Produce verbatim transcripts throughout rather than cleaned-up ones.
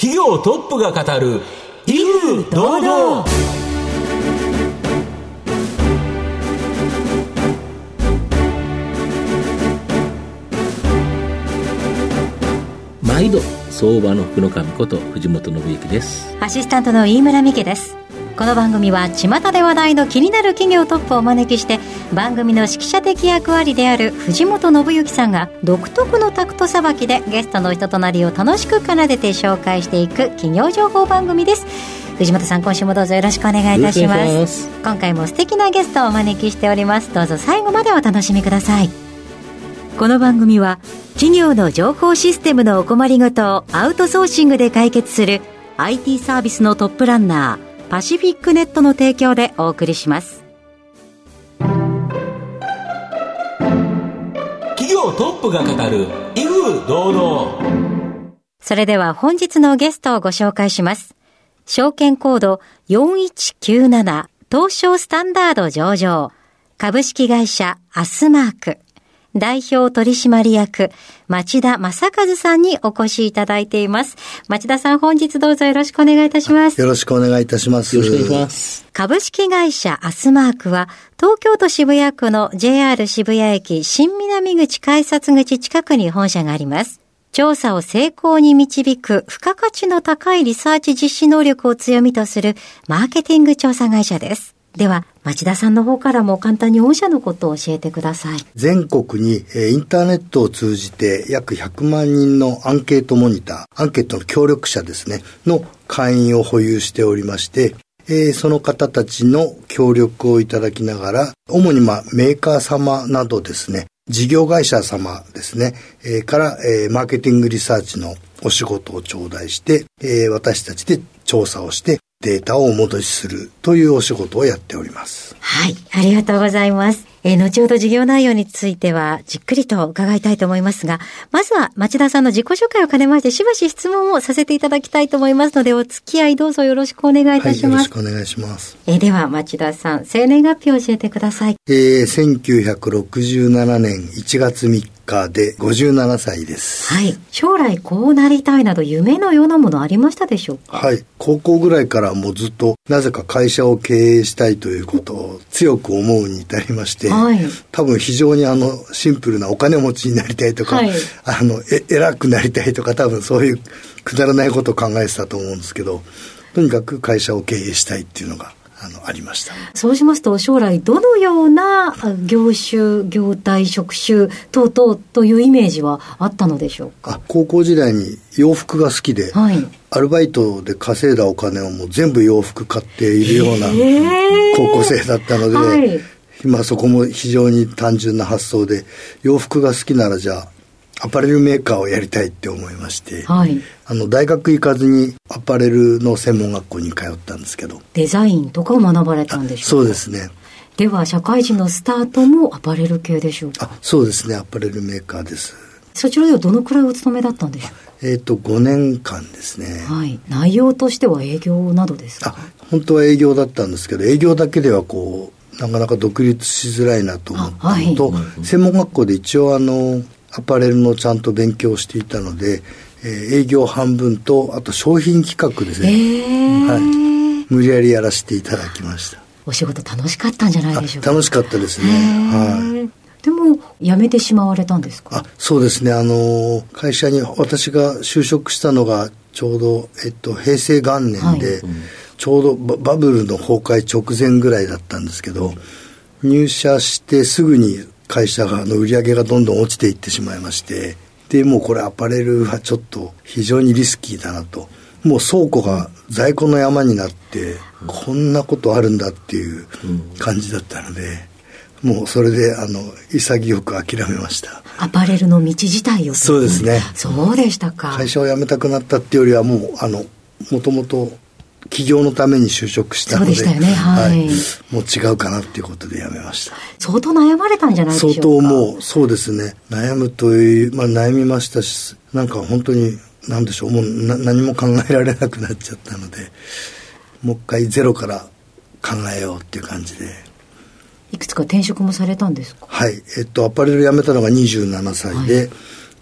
企業トップが語る威風堂々。 毎度相場の福の神こと藤本信之です。 アシスタントの飯村美希です。この番組は巷で話題の気になる企業トップをお招きして、番組の指揮者的役割である藤本信之さんが独特のタクトさばきでゲストの人となりを楽しく奏でて紹介していく企業情報番組です。藤本さん、今週もどうぞよろしくお願いいたします。よろしくお願いします。今回も素敵なゲストをお招きしております。どうぞ最後までお楽しみください。この番組は企業の情報システムのお困りごとをアウトソーシングで解決する アイティー サービスのトップランナーパシフィックネットの提供でお送りします。 企業トップが語る威風堂々。 それでは本日のゲストをご紹介します。証券コードよんいちきゅうなな東証スタンダード上場株式会社アスマーク代表取締役町田正和さんにお越しいただいています。町田さん、本日どうぞよろしくお願いいたします。 よろしくお願いいたします。 よろしくお願いします。 株式会社アスマークは東京都渋谷区の ジェイアール 渋谷駅新南口改札口近くに本社があります。調査を成功に導く付加価値の高いリサーチ実施能力を強みとするマーケティング調査会社です。では町田さんの方からも簡単に御社のことを教えてください。 全国にインターネットを通じて約ひゃくまんにんのアンケートモニター、アンケートの協力者ですねの会員を保有しておりまして、えー、その方たちの協力をいただきながら、主にまあメーカー様などですね、事業会社様ですね、えー、から、えー、マーケティングリサーチのお仕事を頂戴して、えー、私たちで調査をしてデータをお戻しするというお仕事をやっております。 はい、ありがとうございます。えー、後ほど事業内容についてはじっくりと伺いたいと思いますが、まずは町田さんの自己紹介を兼ねましてしばし質問をさせていただきたいと思いますので、お付き合いどうぞよろしくお願いいたします。はい、よろしくお願いします。 えー、では町田さん、生年月日を教えてください。 えー、せんきゅうひゃくろくじゅうななねんいちがつみっかでごじゅうななさいです。 はい。将来こうなりたいなど夢のようなものありましたでしょうか？ はい。高校ぐらいからもうずっとなぜか会社を経営したいということを強く思うに至りまして、はい、多分非常にあのシンプルなお金持ちになりたいとか、はい、あのえ偉くなりたいとか、多分そういうくだらないことを考えてたと思うんですけど、とにかく会社を経営したいっていうのがあのありました。 そうしますと将来どのような業種、業態、職種等々というイメージはあったのでしょうか？ あ、高校時代に洋服が好きで、はい、アルバイトで稼いだお金をもう全部洋服買っているような高校生だったので、はい、今そこも非常に単純な発想で、洋服が好きならじゃあアパレルメーカーをやりたいって思いまして、はい、あの大学行かずにアパレルの専門学校に通ったんですけど。 デザインとかを学ばれたんでしょうか？ そうですね。 では社会人のスタートもアパレル系でしょうか？ あ、そうですね、アパレルメーカーです。 そちらではどのくらいお勤めだったんでしょうか？ えーと、ごねんかんですね。 はい。内容としては営業などですか？ あ、本当は営業だったんですけど、営業だけではこうなかなか独立しづらいなと思ったのと、はい、専門学校で一応あのアパレルのちゃんと勉強していたので、えー、営業半分とあと商品企画ですね、えーはい、無理やりやらせていただきました。 お仕事楽しかったんじゃないでしょうか？ 楽しかったですね、はい。 でも辞めてしまわれたんですか？ あ、そうですね、あの会社に私が就職したのがちょうど、えっと、平成元年で、はい、ちょうど バ, バブルの崩壊直前ぐらいだったんですけど、入社してすぐに会社がの売り上げがどんどん落ちていってしまいまして、でもうこれアパレルはちょっと非常にリスキーだなと、もう倉庫が在庫の山になって、うん、こんなことあるんだっていう感じだったので、うん、もうそれであの潔く諦めました。 アパレルの道自体を。 そうですね。 そうでしたか。 会社を辞めたくなったっていうよりはもうあのもともと企業のために就職したので、 そうでしたよね、はい、はい、 もう違うかなっていうことで辞めました。 相当悩まれたんじゃないでしょうか？ 相当もうそうですね、悩むという、まあ、悩みましたし、なんか本当に何でしょう、もうな何も考えられなくなっちゃったので、もう一回ゼロから考えようっていう感じで。 いくつか転職もされたんですか？ はい、えっとアパレル辞めたのがにじゅうななさいで、はい、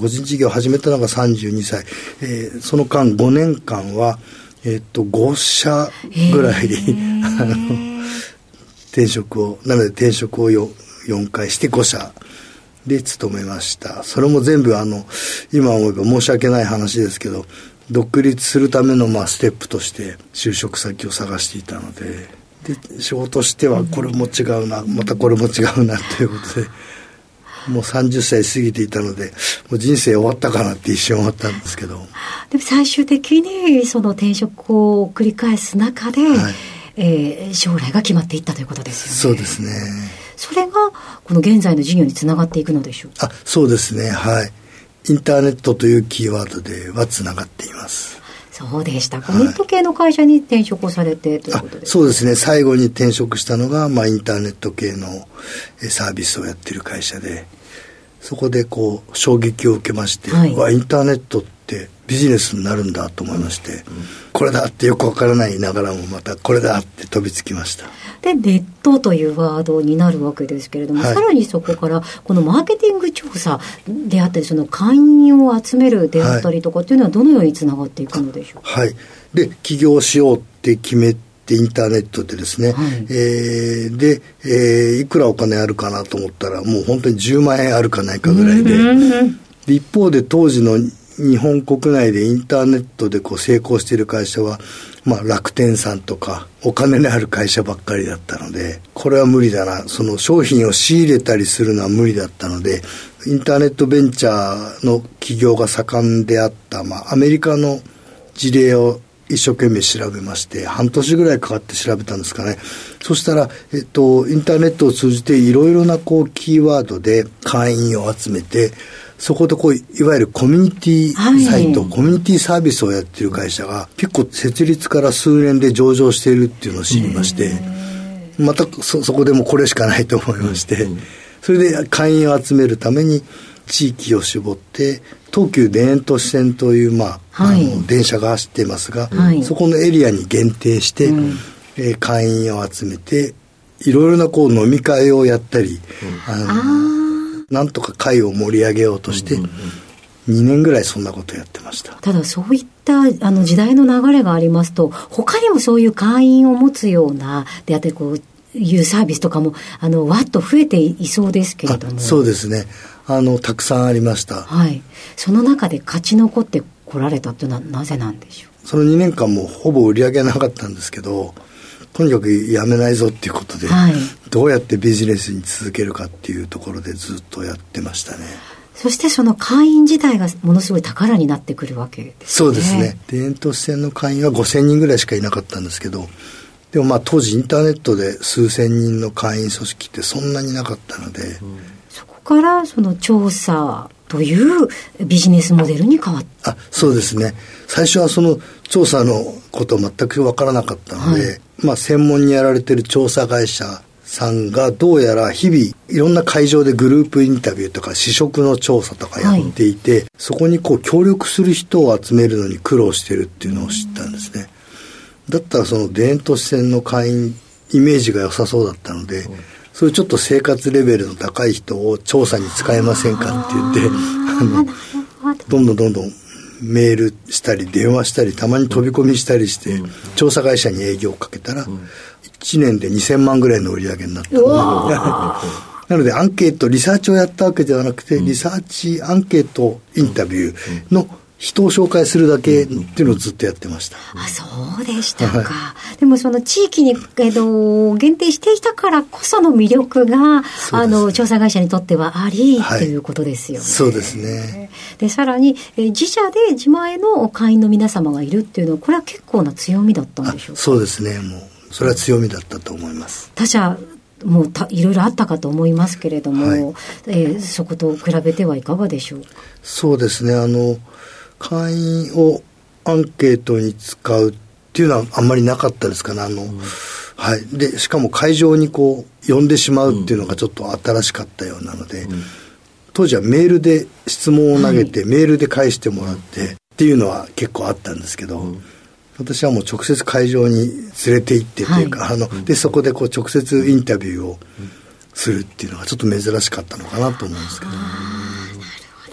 個人事業を始めたのがさんじゅうにさい、えー、その間ごねんかんは、えー、っとごしゃぐらいあの転職をなので転職を よ, よんかいしてごしゃで勤めました。それも全部あの今思えば申し訳ない話ですけど、独立するためのまあステップとして就職先を探していたので、で仕事してはこれも違うな、またこれも違うなということで、もうさんじゅっさい過ぎていたので、もう人生終わったかなって一瞬思ったんですけど、 でも最終的にその転職を繰り返す中で、はい、えー、将来が決まっていったということですよね。 そうですね。 それがこの現在の事業につながっていくのでしょうか。 あ、そうですね、はい。インターネットというキーワードではつながっています。 そうでしたか、はい、ネット系の会社に転職をされてということですか。 そうですね、最後に転職したのが、まあ、インターネット系のサービスをやっている会社で、そこでこう衝撃を受けまして、はい、わインターネットってビジネスになるんだと思いまして、うん、これだってよくわからないながらもまたこれだって飛びつきました。 でネットというワードになるわけですけれども、はい、さらにそこからこのマーケティング調査であったり、その会員を集めるであったりとかっていうのはどのようにつながっていくのでしょうか。 はい、で起業しようって決めてインターネットでですね、はい、えー、で、えー、いくらお金あるかなと思ったらもう本当にじゅうまんえんあるかないかぐらいで、で一方で当時の日本国内でインターネットでこう成功している会社は、まあ、楽天さんとかお金のある会社ばっかりだったので、これは無理だな、その商品を仕入れたりするのは無理だったので、インターネットベンチャーの企業が盛んであった、まあ、アメリカの事例を一生懸命調べまして、半年ぐらいかかって調べたんですかね。そしたら、えっと、インターネットを通じていろいろなこうキーワードで会員を集めて、そこでこういわゆるコミュニティサイト、はい、コミュニティサービスをやっている会社が結構設立から数年で上場しているっていうのを知りまして、また そ, そこでもこれしかないと思いまして、それで会員を集めるために地域を絞って東急田園都市線という、まあはい、あの電車が走っていますが、はい、そこのエリアに限定して、うん、えー、会員を集めていろいろなこう飲み会をやったり、うん、あのなんとか会を盛り上げようとして、うんうんうん、にねんぐらいそんなことやってました。 ただそういったあの時代の流れがありますと、他にもそういう会員を持つようなであってこういうサービスとかもあのわっと増えていそうですけれども。 そうですね、あのたくさんありました、 はい、その中で勝ち残ってこられたというのはなぜなんでしょう。 そのにねんかんもほぼ売り上げはなかったんですけど、とにかくやめないぞっていうことで、はい、どうやってビジネスに続けるかっていうところでずっとやってましたね。 そしてその会員自体がものすごい宝になってくるわけですね。 そうですね、田園都市線の会員はごせんにんぐらいしかいなかったんですけど、でもまあ当時インターネットで数千人の会員組織ってそんなになかったので、うん、 そこからその調査というビジネスモデルに変わった。 あ、そうですね。最初はその調査のこと全く分からなかったので、はい、まあ、専門にやられている調査会社さんがどうやら日々いろんな会場でグループインタビューとか試食の調査とかやっていて、はい、そこにこう協力する人を集めるのに苦労しているっていうのを知ったんですね。だったらその田園都市線の会員イメージが良さそうだったので、うん、そういうちょっと生活レベルの高い人を調査に使えませんかって言って、あのどんどんどんどんメールしたり電話したりたまに飛び込みしたりして、うん、調査会社に営業をかけたら、うん、いちねんでにせんまんぐらいの売り上げになったなのでアンケートリサーチをやったわけではなくて、うん、リサーチアンケートインタビューの人を紹介するだけっていうのをずっとやってました。 あ、そうでしたか、はい、でもその地域に、えー、と限定していたからこその魅力が、あの調査会社にとってはあり、はい、ということですよね。 そうですね。 でさらに、えー、自社で自前の会員の皆様がいるっていうのはこれは結構な強みだったんでしょうか。 そうですね、もうそれは強みだったと思います。 他社もうたいろいろあったかと思いますけれども、はい、えー、そこと比べてはいかがでしょうか。 そうですね、あの会員をアンケートに使うっていうのはあんまりなかったですかね。あの、うん、はい、でしかも会場にこう呼んでしまうっていうのがちょっと新しかったようなので、うん、当時はメールで質問を投げて、はい、メールで返してもらってっていうのは結構あったんですけど、うん、私はもう直接会場に連れて行ってというか、はい、あのでそこでこう直接インタビューをするっていうのがちょっと珍しかったのかなと思うんですけど、ね。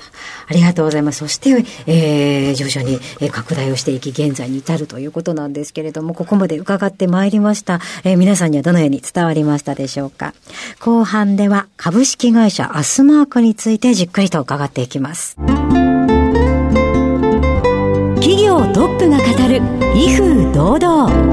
ありがとうございます。そして、えー、徐々に拡大をしていき現在に至るということなんですけれども、ここまで伺ってまいりました。えー、皆さんにはどのように伝わりましたでしょうか。後半では株式会社アスマークについてじっくりと伺っていきます。企業トップが語る威風堂々。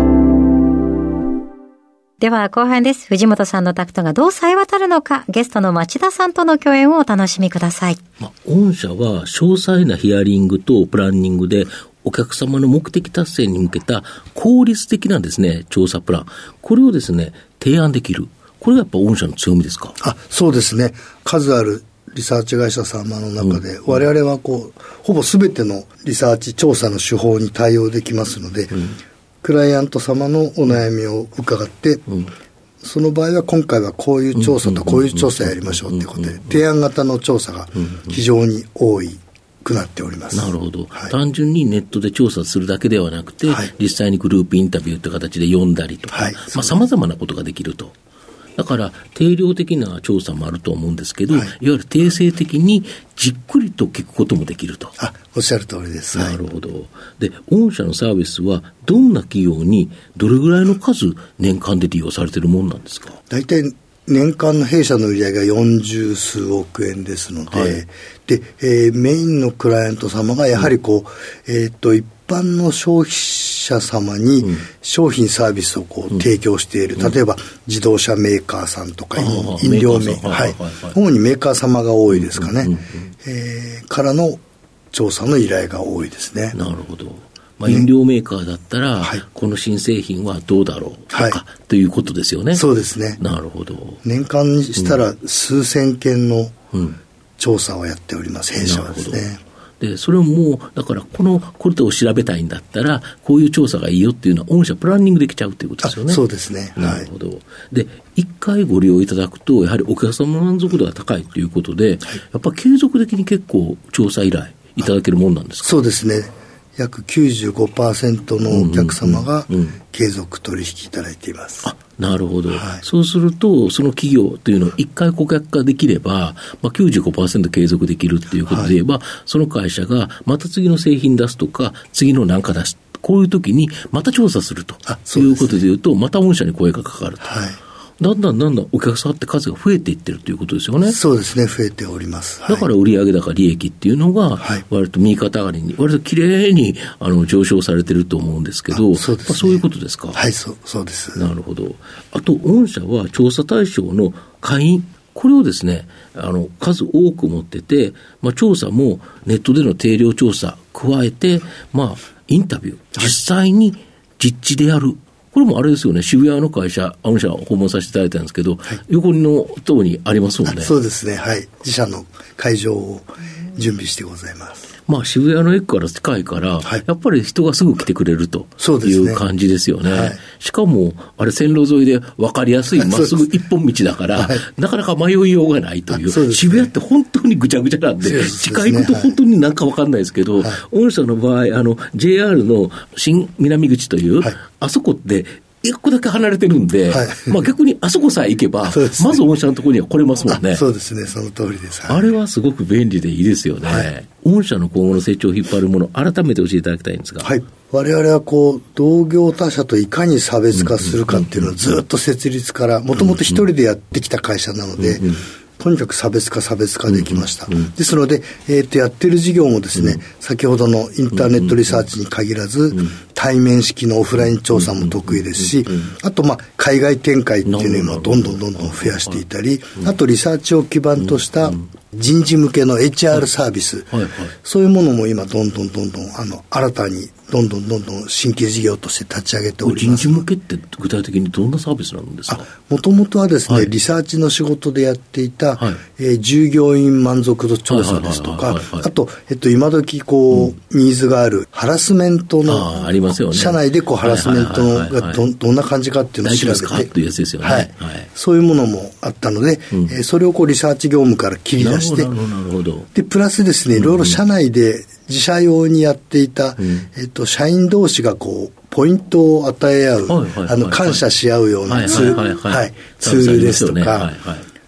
では後半です。藤本さんのタクトがどう冴え渡るのか、ゲストの町田さんとの共演をお楽しみください。 まあ、御社は詳細なヒアリングとプランニングでお客様の目的達成に向けた効率的なですね、調査プラン、これをですね、提案できる。これがやっぱ御社の強みですか？ あ、そうですね。数あるリサーチ会社様の中で、うん、我々はこうほぼ全てのリサーチ調査の手法に対応できますので、うん、クライアント様のお悩みを伺って、うん、その場合は今回はこういう調査とこういう調査やりましょうということで、提案型の調査が非常に多いくなっております。 なるほど、はい、単純にネットで調査するだけではなくて、はい、実際にグループインタビューという形で読んだりとか、はい、まあ、様々なことができると。だから定量的な調査もあると思うんですけど、はい、いわゆる定性的にじっくりと聞くこともできると。 あ、おっしゃる通りです。 なるほど。で、御社のサービスはどんな企業にどれぐらいの数年間で利用されているものなんですか？ 大体年間の弊社の売り上げがよんじゅうすうおくえんですので、はい、で、えー、メインのクライアント様がやはりこう、うん、えー、っと一般の消費者様に商品サービスをこう提供している、うん、例えば自動車メーカーさんとか、うん、飲料メーカー、はい、主にメーカー様が多いですかね、うんうんうん、えー、からの調査の依頼が多いですね。 なるほど。まあ、飲料メーカーだったら、ね、この新製品はどうだろうとか、はい、ということですよね。 そうですね。 なるほど。 年間にしたら数千件の調査をやっております、うん、弊社はですね。 で、それもだからこのこれを調べたいんだったらこういう調査がいいよっていうのは御社プランニングできちゃうということですよね。 そうですね。 なるほど。はい、で、一回ご利用いただくとやはりお客様の満足度が高いということで、はい、やっぱり継続的に結構調査依頼いただけるもんなんですか？ そうですね。約 きゅうじゅうごパーセント のお客様が継続取引いただいています。 あ、なるほど、はい、そうするとその企業というのを一回顧客化できれば、まあ、きゅうじゅうごパーセント 継続できるということで言えば、はい、その会社がまた次の製品出すとか次の何か出す、こういう時にまた調査するということで言うと、また御社に声がかかると、はい、だんだんだんだんお客さんって数が増えていってるということですよね。 そうですね、増えております。 だから売上高利益っていうのが割と右肩上がりに割ときれいにあの上昇されてると思うんですけど、そうですね、まあ、そういうことですか？ はい、そう、そうです。 なるほど。あと御社は調査対象の会員、これをですね、あの数多く持ってて、まあ、調査もネットでの定量調査加えて、まあ、インタビュー実際に実地でやる、これもあれですよね、渋谷の会社、御社訪問させていただいたんですけど、はい、横の塔にありますもんね。 そうですね、はい、自社の会場を準備してございます。 まあ、渋谷の駅から近いから、はい、やっぱり人がすぐ来てくれるという感じですよね。はい、しかもあれ線路沿いで分かりやすいまっすぐ一本道だから、はい、なかなか迷いようがないという、ね、渋谷って本当にぐちゃぐちゃなんで、ね、近いこと本当になんか分かんないですけど、はい、御社の場合あの ジェイアール の新南口という、はい、あそこって一個だけ離れてるんで、はい、まあ逆にあそこさえ行けば、ね、まず御社のところには来れますもんね。 そうですね、その通りです。 はい、あれはすごく便利でいいですよね。はい、御社の今後の成長を引っ張るもの、改めて教えていただきたいんですが。はい、 我々はこう同業他社といかに差別化するかっていうのをずっと設立からもともと一人でやってきた会社なので、うんうん、とにかく差別化差別化できました。うんうん、ですので、えー、とやってる事業もですね、うん、先ほどのインターネットリサーチに限らず、うんうん、対面式のオフライン調査も得意ですし、うんうんうん、あとまあ海外展開っていうのをどんどんどんどん増やしていたり、あとリサーチを基盤とした人事向けの エイチアール サービス、はいはいはい、そういうものも今どんどんどんどんあの新たにどんどんどんどん新規事業として立ち上げております。 人事向けって具体的にどんなサービスなんですか？ もともとはですね、はい、リサーチの仕事でやっていた、はい、えー、従業員満足度調査ですとか、あと、えっと、今時こう、うん、ニーズがあるハラスメントの、 あありますよね、 社内でこうハラスメントのが ど, どんな感じかっていうのを調べて、大丈夫ですかっていうやつですよね、 はいはい、そういうものもあったので、うん、えー、それをこうリサーチ業務から切り出して、 なるほどなるほど、 でプラスですね、いろいろ社内で自社用にやっていた、うん、えっと、社員同士がこうポイントを与え合う、はいはいはいはい、あの感謝し合うようなツールですとか、はいはい、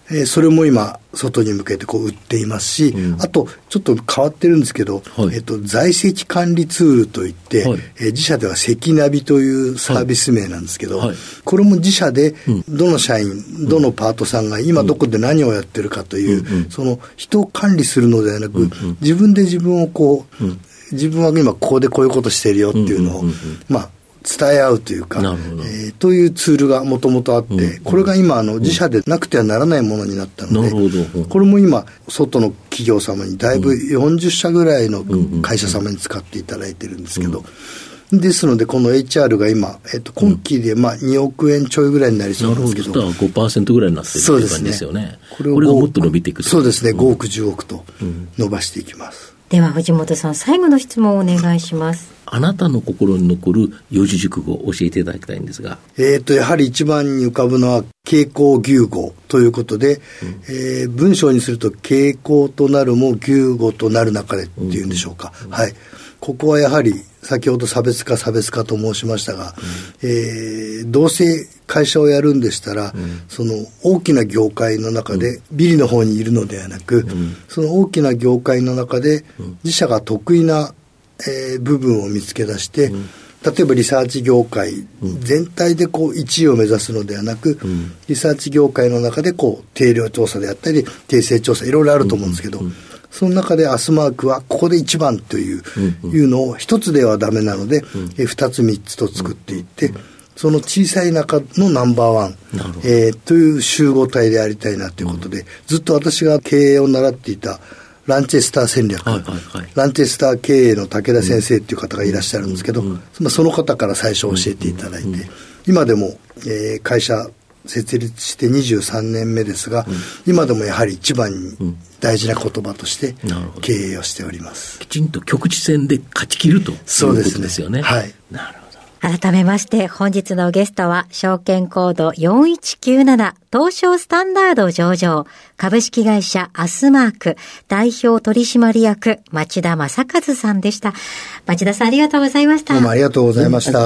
えー、それも今外に向けてこう売っていますし、うん、あとちょっと変わってるんですけど、はい、えっと、在籍管理ツールといって、はい、えー、自社では関ナビというサービス名なんですけど、はいはい、これも自社でどの社員、うん、どのパートさんが今どこで何をやってるかという、うん、その人を管理するのではなく、うん、自分で自分をこう、うん、自分は今ここでこういうことしてるよっていうのを、うんうんうんうん、まあ伝え合うというか、えー、というツールがもともとあって、うんうん、これが今あの自社でなくてはならないものになったので、うん、これも今外の企業様にだいぶよんじゅっしゃぐらいの会社様に使っていただいてるんですけど、うん、ですのでこの エイチアール が今、えー、と今期でまあにおくえんちょいぐらいになりそうなんですけど、 なるほど、ごパーセントぐらいになってるという感じですよね。これをこれがもっと伸びていく。 そうですね、ごおくじゅうおくと伸ばしていきます、 うん、では藤本さん、最後の質問をお願いします。 あなたの心に残る四字熟語を教えていただきたいんですが、 えーとやはり一番に浮かぶのは傾向牛語ということで、うん、えー、文章にすると傾向となるも牛語となる中でっていうんでしょうか、うんうん、はい、ここはやはり先ほど差別化差別化と申しましたが、うん、えー、どうせ会社をやるんでしたら、うん、その大きな業界の中でビリの方にいるのではなく、うん、その大きな業界の中で自社が得意なえー、部分を見つけ出して、うん、例えばリサーチ業界全体でこういちいを目指すのではなく、うん、リサーチ業界の中でこう定量調査であったり定性調査いろいろあると思うんですけど、うんうんうん、その中でアスマークはここで一番という、うんうん、いうのを一つではダメなので、うん、えー、二つ三つと作っていって、うんうん、その小さい中のナンバーワン、えー、という集合体でありたいなということで、うん、ずっと私が経営を習っていたランチェスター戦略、はいはいはい、ランチェスター経営の武田先生っていう方がいらっしゃるんですけど、うんうん、その方から最初教えていただいて、うんうん、今でも、えー、会社設立してにじゅうさんねんめですが、うん、今でもやはり一番に大事な言葉として経営をしております。 きちんと局地戦で勝ち切るということですよね。 はい。 なるほど。 改めまして本日のゲストは証券コードよんいちきゅうなな東証スタンダード上場株式会社アスマーク代表取締役町田正和さんでした。町田さん、ありがとうございました。 どうもありがとうございました。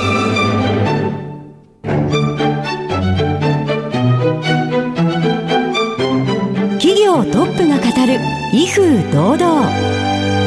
企業トップが語る威風堂々。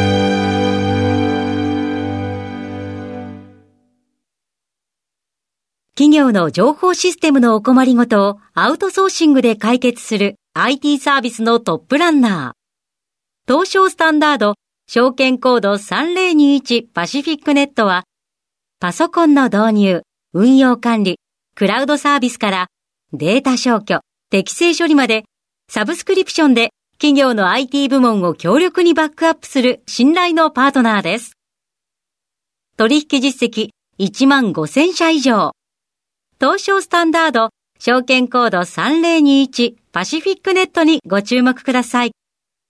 企業の情報システムのお困りごとをアウトソーシングで解決する アイティー サービスのトップランナー。東証スタンダード証券コードさんぜろにいちパシフィックネットはパソコンの導入、運用管理、クラウドサービスからデータ消去、適正処理までサブスクリプションで企業の アイティー 部門を強力にバックアップする信頼のパートナーです。取引実績いちまんごせんしゃ以上。東証スタンダード証券コードさんぜろにいちパシフィックネットにご注目ください。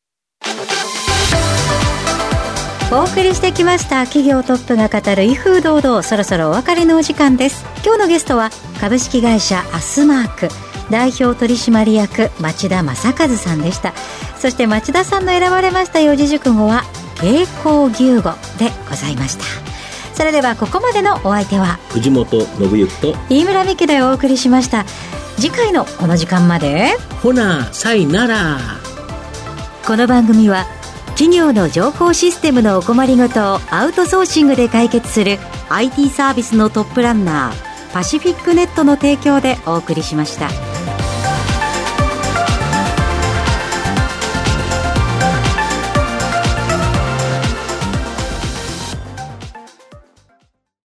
お送りしてきました企業トップが語る威風堂々、そろそろお別れのお時間です。今日のゲストは株式会社アスマーク代表取締役町田正和さんでした。そして町田さんの選ばれました四字熟語は傾向牛語でございました。それではここまでのお相手は藤本信之と飯村美希でお送りしました。次回のこの時間までほなさいなら。 この番組は企業の情報システムのお困りごとをアウトソーシングで解決する アイティー サービスのトップランナーパシフィックネットの提供でお送りしました。